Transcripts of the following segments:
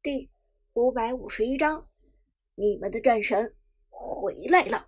第551章，你们的战神回来了。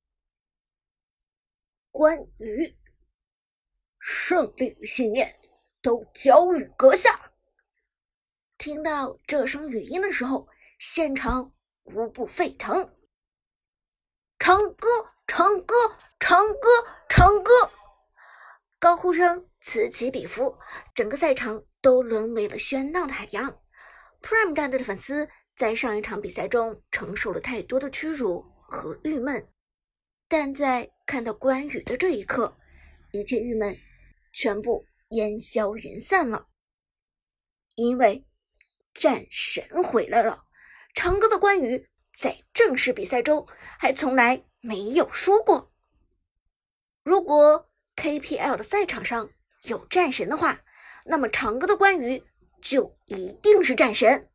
关羽，胜利与信念都交予阁下。听到这声语音的时候，现场无不沸腾。长歌，长歌，长歌，长歌！高呼声此起彼伏，整个赛场都沦为了喧闹的海洋。Prime 战队的粉丝在上一场比赛中承受了太多的屈辱和郁闷，但在看到关羽的这一刻，一切郁闷全部烟消云散了。因为战神回来了，长歌的关羽在正式比赛中还从来没有输过。如果 KPL 的赛场上有战神的话，那么长歌的关羽就一定是战神。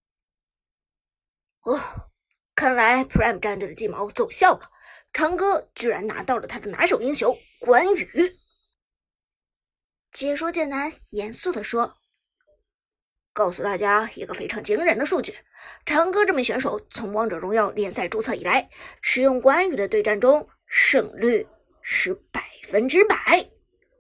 看来 Prime 战队的计谋奏效了，长歌居然拿到了他的拿手英雄关羽。解说剑南严肃地说，告诉大家一个非常惊人的数据，长歌这名选手从王者荣耀联赛注册以来，使用关羽的对战中胜率是100%。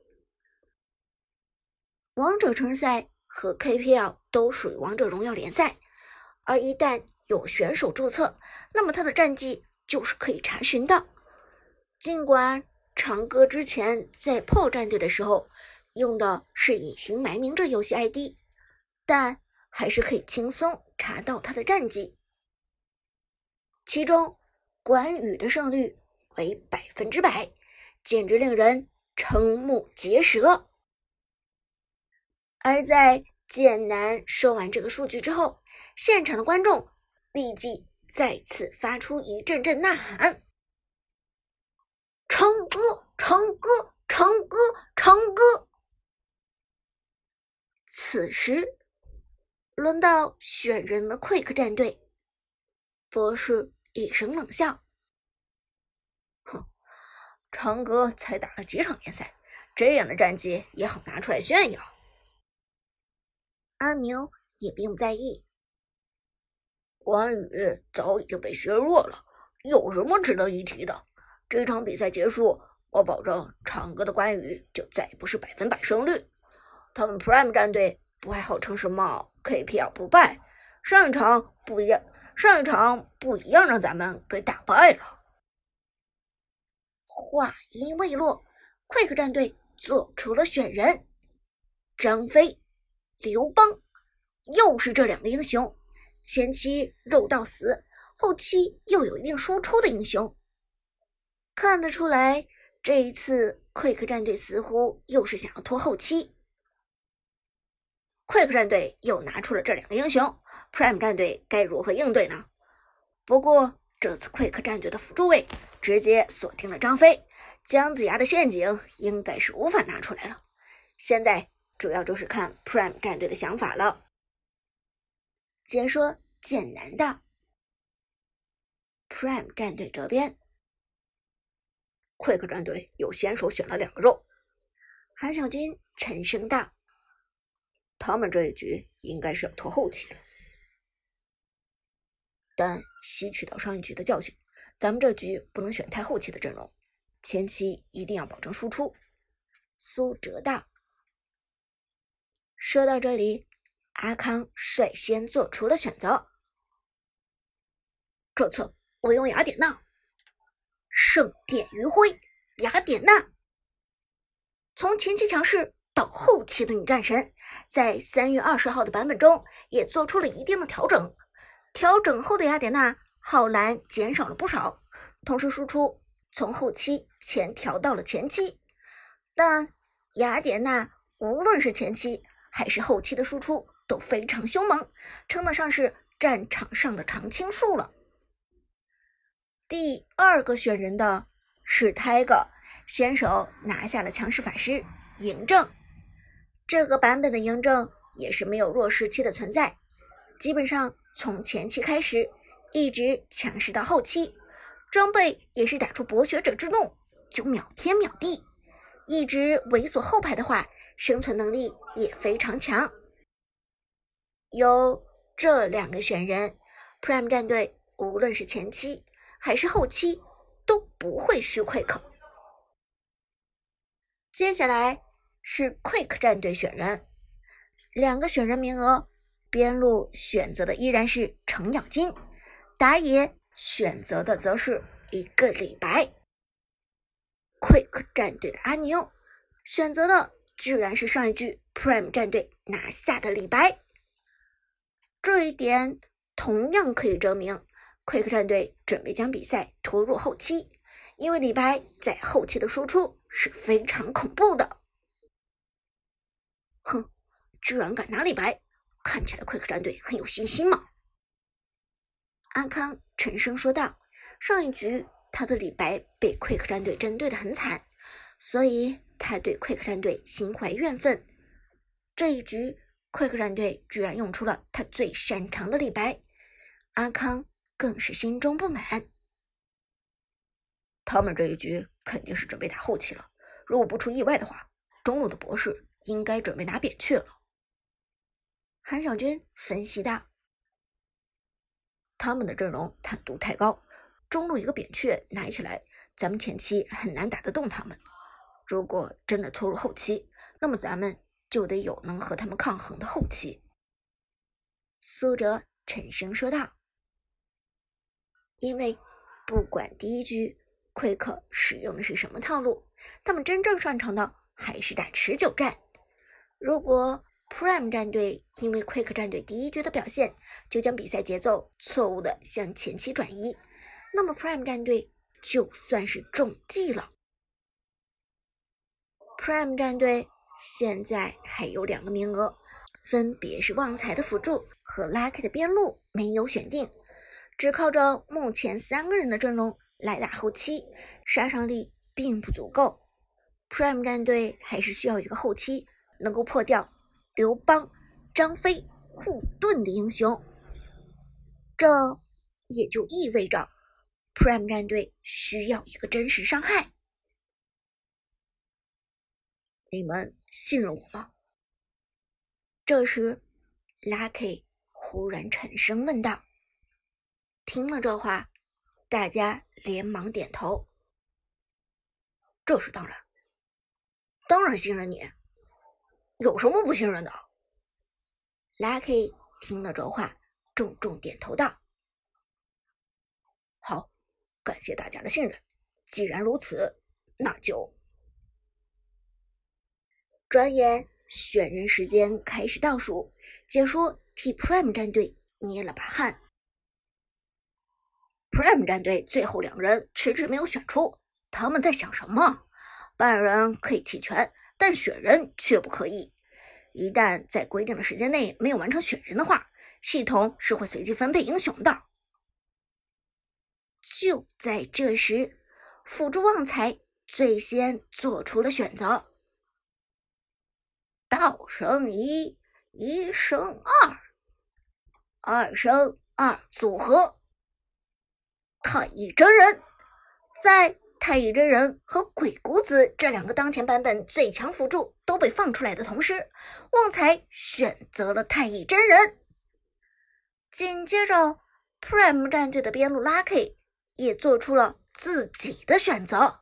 王者城市赛和 KPL 都属于王者荣耀联赛，而一旦有选手注册，那么他的战绩就是可以查询的。尽管长歌之前在 PO 战队的时候用的是隐形埋名这游戏 ID， 但还是可以轻松查到他的战绩。其中关羽的胜率为100%，简直令人瞠目结舌。而在剑南说完这个数据之后，现场的观众立即再次发出一阵阵呐喊，长歌，长歌，长歌，长歌！此时轮到选人了 Quick 战队，博士一声冷笑，长歌才打了几场联赛，这样的战绩也好拿出来炫耀。阿牛也并不在意，关羽早已经被削弱了，有什么值得一提的？这场比赛结束，我保证长歌的关羽就再不是100%胜率。他们 Prime 战队不还号称什么 KPL 不败，上一场不一样让咱们给打败了。话音未落， Quick 战队做出了选人，张飞、刘邦，又是这两个英雄，前期肉到死，后期又有一定输出的英雄。看得出来，这一次 Quick 战队似乎又是想要拖后期。Quick 战队又拿出了这两个英雄， Prime 战队该如何应对呢？不过这次 Quick 战队的辅助位直接锁定了张飞，姜子牙的陷阱应该是无法拿出来了。现在主要就是看 Prime 战队的想法了。解说剑南道， Prime 战队这边 Quick 战队有先手选了2个肉，韩小军沉声道，他们这一局应该是要拖后期了，但吸取到上一局的教训，咱们这局不能选太后期的阵容，前期一定要保证输出。苏哲道。说到这里，阿康率先做出了选择，这次我用雅典娜，圣殿余晖，雅典娜。从前期强势到后期的女战神，在3月20号的版本中也做出了一定的调整，调整后的雅典娜耗蓝减少了不少，同时输出从后期前调到了前期，但雅典娜无论是前期还是后期的输出都非常凶猛，称得上是战场上的常青树了。第2个选人的是 Tiger， 先手拿下了强势法师嬴政。这个版本的嬴政也是没有弱势期的存在，基本上从前期开始一直强势到后期，装备也是打出博学者之怒就秒天秒地，一直猥琐后排的话，生存能力也非常强。有这2个选人 ，Prime 战队无论是前期还是后期都不会虚 Quick。接下来是 Quick 战队选人，2个选人名额，边路选择的依然是程咬金，打野选择的则是一个李白。Quick 战队的阿牛选择的居然是上一局 Prime 战队拿下的李白。这一点同样可以证明 Quick 战队准备将比赛拖入后期，因为李白在后期的输出是非常恐怖的。哼，居然敢拿李白，看起来 Quick 战队很有信心嘛。阿康沉声说道，上一局他的李白被 Quick 战队针对得很惨，所以他对 Quick 战队心怀怨愤。这一局 Quick 战队居然用出了他最擅长的李白，阿康更是心中不满。他们这一局肯定是准备打后期了，如果不出意外的话，中路的博士应该准备拿扁鹊了。韩小军分析道，他们的阵容坦度太高，中路一个扁鹊拿起来，咱们前期很难打得动他们。如果真的拖入后期，那么咱们就得有能和他们抗衡的后期。苏哲沉声说道，因为不管第一局 Quick 使用的是什么套路，他们真正擅长的还是打持久战。如果 Prime 战队因为 Quick 战队第一局的表现就将比赛节奏错误的向前期转移，那么 Prime 战队就算是中计了。Prime 战队现在还有2个名额，分别是旺财的辅助和 Lucky 的边路没有选定，只靠着目前3个人的阵容来打后期，杀伤力并不足够。Prime 战队还是需要一个后期能够破掉刘邦、张飞护盾的英雄，这也就意味着 Prime 战队需要一个真实伤害。你们信任我吗？这时 Lucky 忽然沉声问道。听了这话，大家连忙点头。这是当然，当然信任你，有什么不信任的？ Lucky 听了这话，重重点头道。好，感谢大家的信任，既然如此，那就……转眼选人时间开始倒数，解说替 Prime 战队捏了把汗。Prime 战队最后2人迟迟没有选出，他们在想什么？半人可以弃权，但选人却不可以。一旦在规定的时间内没有完成选人的话，系统是会随机分配英雄的。就在这时，辅助旺财最先做出了选择。道生1，一生2，二生2组合。太乙真人，在太乙真人和鬼谷子这2个当前版本最强辅助都被放出来的同时，旺财选择了太乙真人。紧接着 Prime 战队的边路 Lucky 也做出了自己的选择。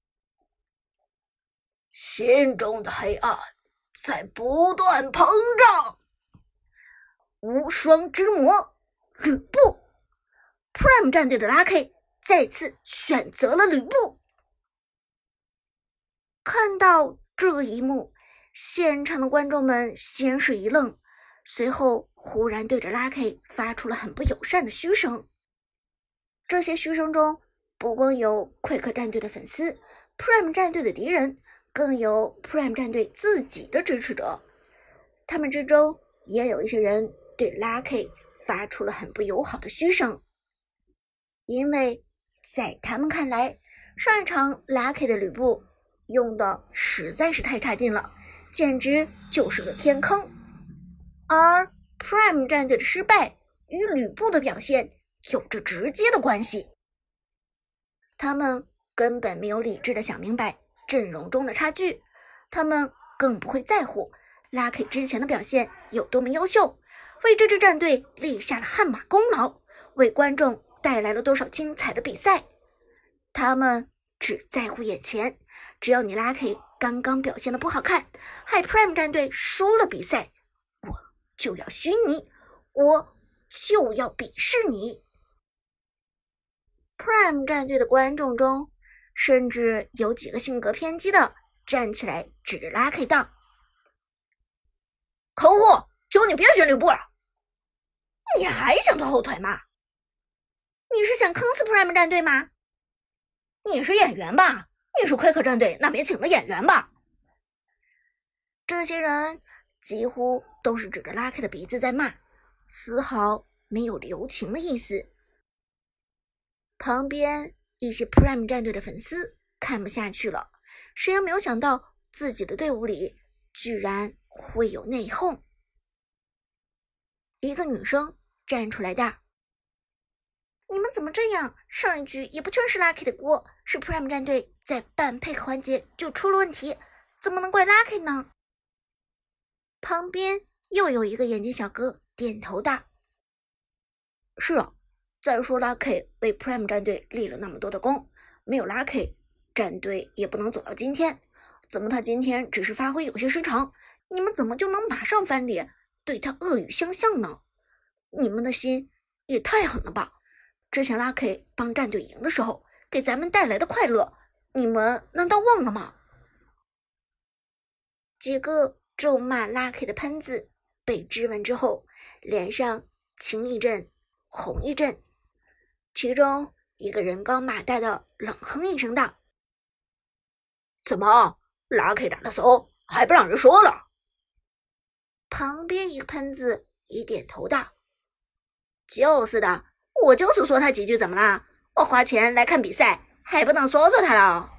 心中的黑暗在不断膨胀，无双之魔吕布。Prime 战队的 Lucky 再次选择了吕布。看到这一幕，现场的观众们先是一愣，随后忽然对着 Lucky 发出了很不友善的嘘声。这些嘘声中，不光有 Quick 战队的粉丝， Prime 战队的敌人，更有 Prime 战队自己的支持者。他们之中也有一些人对 Lucky 发出了很不友好的嘘声。因为在他们看来，上一场 Lucky 的吕布用的实在是太差劲了，简直就是个天坑。而 Prime 战队的失败与吕布的表现有着直接的关系。他们根本没有理智的想明白阵容中的差距，他们更不会在乎 Lucky 之前的表现有多么优秀，为这支战队立下了汗马功劳，为观众带来了多少精彩的比赛。他们只在乎眼前，只要你 Lucky 刚刚表现的不好看，害 Prime 战队输了比赛，我就要熏你，我就要鄙视你。Prime 战队的观众中，甚至有几个性格偏激的站起来指着 Lucky 道：“可恶，求你别选吕布了！你还想拖后腿吗？你是想坑死 Prime 战队吗？你是演员吧？你是快客战队那边请的演员吧？”这些人几乎都是指着 Lucky 的鼻子在骂，丝毫没有留情的意思。旁边一些 Prime 战队的粉丝看不下去了，谁也没有想到自己的队伍里居然会有内讧。一个女生站出来道：“你们怎么这样？上一局也不全是 Lucky 的锅，是 Prime 战队在半配合环节就出了问题，怎么能怪 Lucky 呢？”旁边又有一个眼镜小哥点头道：“是啊，再说 Lucky 为 Prime 战队立了那么多的功，没有 Lucky 战队也不能走到今天。怎么他今天只是发挥有些失常，你们怎么就能马上翻脸，对他恶语相向呢？你们的心也太狠了吧！之前 Lucky 帮战队赢的时候，给咱们带来的快乐，你们难道忘了吗？”几个咒骂 Lucky 的喷子被质问之后，脸上青一阵红一阵，其中一个人高马大的冷哼一声道：“怎么 Lucky 打得怂，还不让人说了？”旁边一个喷子也点头道：“就是的，我就是说他几句，怎么啦？我花钱来看比赛，还不能说说他了？”